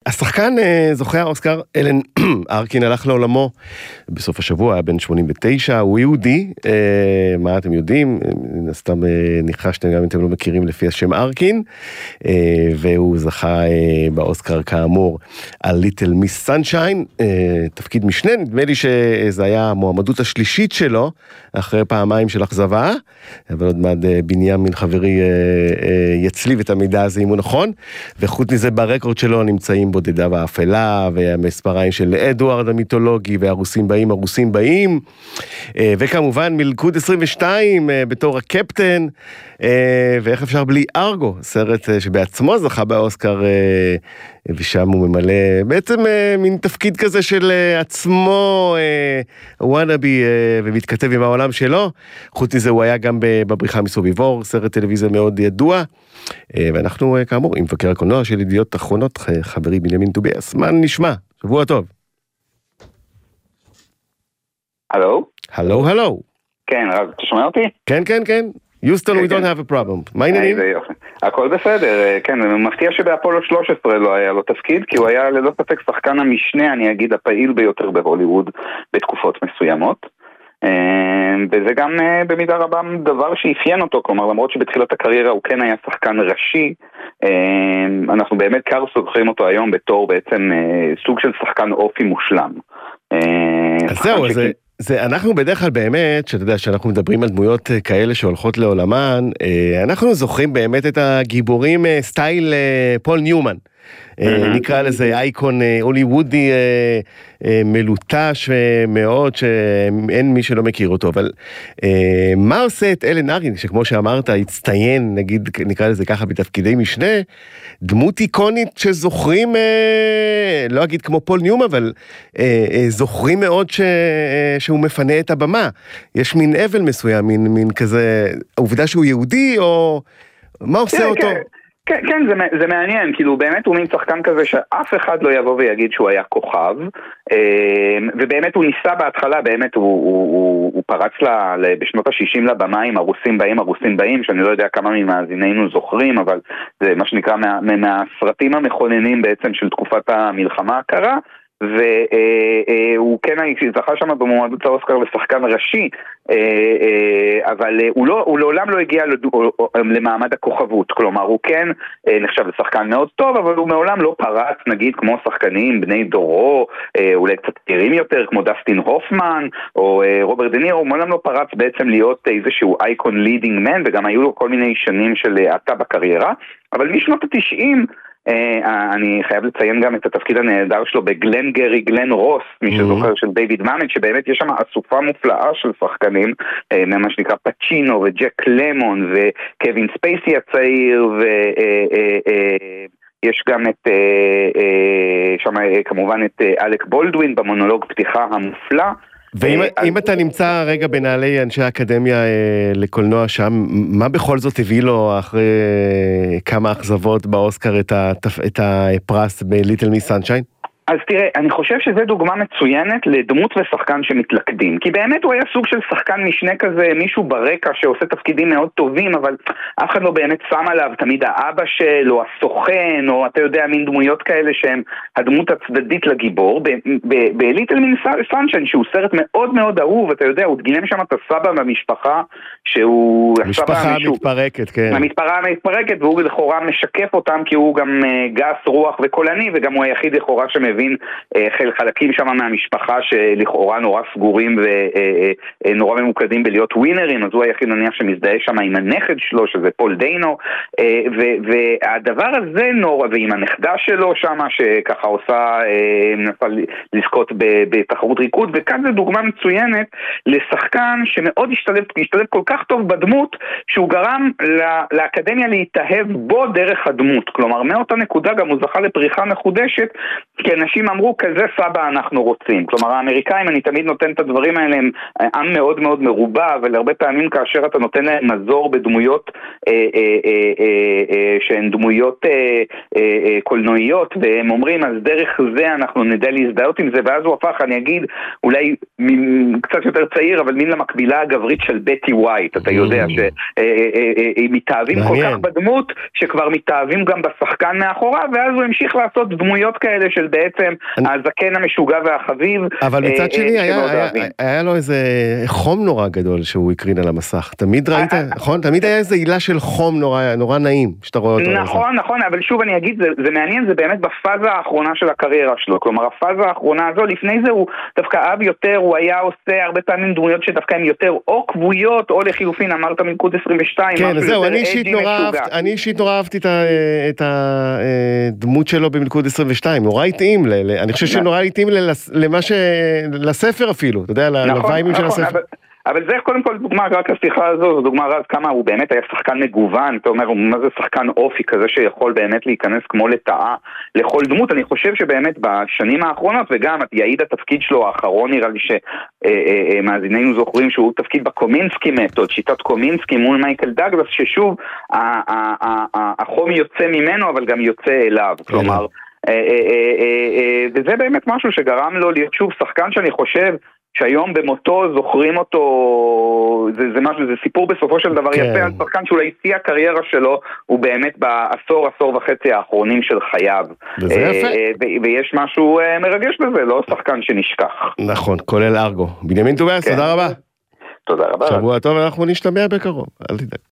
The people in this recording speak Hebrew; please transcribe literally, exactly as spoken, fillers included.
השחקן זוכה האוסקר, אלן ארקין, הלך לעולמו בסוף השבוע, היה בן שמונים ותשע, הוא יהודי, מה אתם יודעים, סתם ניחשתם גם אם אתם לא מכירים לפי השם ארקין, והוא זכה באוסקר כאמור על ליטל מיס סנשיין, תפקיד משנה, נדמה לי שזה היה המועמדות השלישית שלו, אחרי פעמיים של אכזבה, אבל עוד מעט בנימין חברי יצליב את המידע הזה אם הוא נכון, וחוץ מזה ברקורד שלו נמצאים בודדה והאפלה, והמספריים של אדוארד המיתולוגי, והרוסים באים, הרוסים באים, וכמובן מלכוד עשרים ושתיים בתור הקפטן, ואיך אפשר בלי ארגו, סרט שבעצמו זכה באוסקר, ושם הוא ממלא בעצם מין תפקיד כזה של עצמו, וואנאבי, ומתכתב עם העולם שלו. חוץ מזה הוא היה גם בבריחה מסוביבור, סרט טלוויזיה מאוד ידוע, ואנחנו כאמור עם מבקר הקולנוע של ידיעות אחרונות, חברי בנימין טוביאס. מה נשמע? שבוע טוב. הלו? הלו, הלו. כן, רב, אתה שומע אותי? כן, כן, כן. Houston, we don't have a problem. מה העניינים? הכל בסדר, כן, מפתיע שבאפולו שלוש עשרה לא היה לו תפקיד, כי הוא היה ללא ספק שחקן המשנה, אני אגיד, הפעיל ביותר בהוליווד בתקופות מסוימות. וזה גם במידה רבה דבר שאפיין אותו, כלומר למרות שבתחילת הקריירה הוא כן היה שחקן ראשי, אנחנו באמת קר זוכרים אותו היום בתור בעצם סוג של שחקן אופי מושלם. אז זהו, זה... זה, אנחנו בדרך כלל באמת, שאתה יודע, שאנחנו מדברים על דמויות כאלה שהולכות לעולמן, אנחנו זוכרים באמת את הגיבורים סטייל פול ניומן. נקרא לזה אייקון הוליוודי מלוטש מאוד, שאין מי שלא מכיר אותו, אבל מה עושה את אלן ארקין, שכמו שאמרת, הצטיין, נגיד, נקרא לזה ככה, בתפקידי משנה, דמות איקונית שזוכרים, לא אגיד כמו פול ניומן, אבל זוכרים מאוד שהוא מפנה את הבמה. יש מין אבל מסוים, מין, מין כזה, העובדה שהוא יהודי, או מה עושה אותו? כן, כן, זה, זה מעניין, כאילו באמת הוא מין שחקן כזה שאף אחד לא יבוא ויגיד שהוא היה כוכב, ובאמת הוא ניסה בהתחלה, באמת הוא, הוא, הוא, הוא פרץ לה, בשנות ה-שישים לבמה עם הרוסים באים, הרוסים באים, שאני לא יודע כמה ממאזיננו זוכרים, אבל זה מה שנקרא מה, מהסרטים המכוננים בעצם של תקופת המלחמה הקרה, והוא כן זכה שם במועמדות האוסקר לשחקן ראשי, אבל הוא לא, הוא לעולם לא הגיע למעמד הכוכבות, כלומר הוא כן נחשב לשחקן מאוד טוב, אבל הוא מעולם לא פרץ, נגיד כמו שחקנים בני דורו, אולי קצת צעירים יותר כמו דסטין הופמן או רוברט דנירו, הוא מעולם לא פרץ בעצם להיות איזשהו אייקון לידינג מן, וגם היו לו כל מיני שנים של עתה בקריירה, אבל משנות ה-תשעים אני חייב לציין גם את התפקיד הנהדר שלו בגלן גרי, גלן רוס, מי שזוכר, של דיוויד מאמט, שבאמת יש שם אסופה מופלאה של שחקנים, מה שנקרא פצ'ינו וג'ק למון וקווין ספייסי הצעיר, ויש גם את שם כמובן את אלק בולדווין במונולוג פתיחה המופלא. ואם אתה נמצא רגע בנעלי אנשי האקדמיה לקולנוע שם, מה בכל זאת הביא לו אחרי כמה אכזבות באוסקר את הפרס בליטל מיס סנשיין? אז תראה, אני חושב שזה דוגמה מצוינת לדמות ושחקן שמתלכדים, כי באמת הוא היה סוג של שחקן משנה כזה, מישהו ברקע שעושה תפקידים מאוד טובים, אבל אף אחד לא באמת שם עליו, תמיד האבא שלו, הסוכן, או אתה יודע, מין דמויות כאלה שהם הדמות הצדדית לגיבור. בליטל מיס סנשיין, שהוא סרט מאוד מאוד אהוב, אתה יודע, הוא גילם שם את הסבא במשפחה, שהוא... משפחה מתפרקת, כן. המשפחה מתפרקת, והוא לכאורה משקף אותם, כי הוא גם גס רוח וקולני, וגם הוא היחיד לכאורה שמבין חלקים שם מהמשפחה שלכאורה נורא סגורים ונורא ממוקדים בלהיות ווינרים, אז הוא היחיד נניח שמזדהה שם עם הנכד שלו, שזה פול דיינו, והדבר הזה נורא, ועם הנכדה שלו שם, שככה עושה, מנסה לזכות בתחרות ריקוד, וכאן זו דוגמה מצוינת לשחקן שמאוד השתלב, השתלב כל כך טוב בדמות, שהוא גרם לאקדמיה להתאהב בו דרך הדמות, כלומר מאותה נקודה גם הוא זכה לפריחה מחודשת, כי אנשים אמרו, כזה סבא אנחנו רוצים. כלומר, האמריקאים, אני תמיד נותן את הדברים האלה, הם עם מאוד מאוד מרובה, אבל הרבה פעמים כאשר אתה נותן להם מזור בדמויות אה, אה, אה, אה, אה, שהן דמויות אה, אה, אה, קולנועיות, והם אומרים, אז דרך זה אנחנו נדע להזדהות עם זה, ואז הוא הפך, אני אגיד, אולי מ- קצת יותר צעיר, אבל מין למקבילה הגברית של בטי ווייט, אתה יודע, שהם מתאהבים כל כך בדמות, שכבר מתאהבים גם בשחקן מאחורה, ואז הוא המשיך לעשות דמויות כאלה של בעצם הזקן המשוגע והחביב. אבל מצד שני היה לו איזה חום נורא גדול שהוא הקרין על המסך. תמיד ראית, נכון? תמיד היה איזה עילה של חום נורא נעים שאתה רואה אותו. נכון, נכון, אבל שוב אני אגיד, זה מעניין, זה באמת בפאזה האחרונה של הקריירה שלו. כלומר, הפאזה האחרונה הזו, לפני זה הוא דווקא אהב יותר, הוא היה עושה הרבה פעמים דמויות שדווקא הם יותר או קבועיות, או לחילופין, אמרת מלכוד עשרים ושתיים. כן, זהו, אני אישית נורא אהבתי את הדמות שלו במלכוד עשרים ושתיים. נורא התאים, אני חושב שנורא התאים למה ש... לספר אפילו, אתה יודע, לווייבים של הספר. אבל זה קודם כל דוגמה, רק השיחה הזו, זו דוגמה רז כמה הוא באמת היה שחקן מגוון, אתה אומר, מה זה שחקן אופי כזה שיכול באמת להיכנס כמו לטעה לכל דמות. אני חושב שבאמת בשנים האחרונות, וגם יעיד התפקיד שלו האחרון, נראה לי שמאזיננו זוכרים שהוא תפקיד בקומינסקי מתוד, שיטת קומינסקי מול מייקל דאגלס, ששוב החום יוצא ממנו אבל גם יוצא אליו, כלומר וזה באמת משהו שגרם לו להיות שוב שחקן שאני חושב שהיום במותו זוכרים אותו, זה, זה משהו, זה סיפור בסופו של דבר יפה על שחקן שאולי שיא הקריירה שלו הוא באמת בעשור, עשור וחצי האחרונים של חייו. וזה יפה. ויש משהו מרגש בזה, לא שחקן שנשכח. נכון, כולל ארגו. בנימין טוביאס, תודה רבה. תודה רבה. שבוע טוב, אנחנו נשתמע בקרוב, אל תדאג.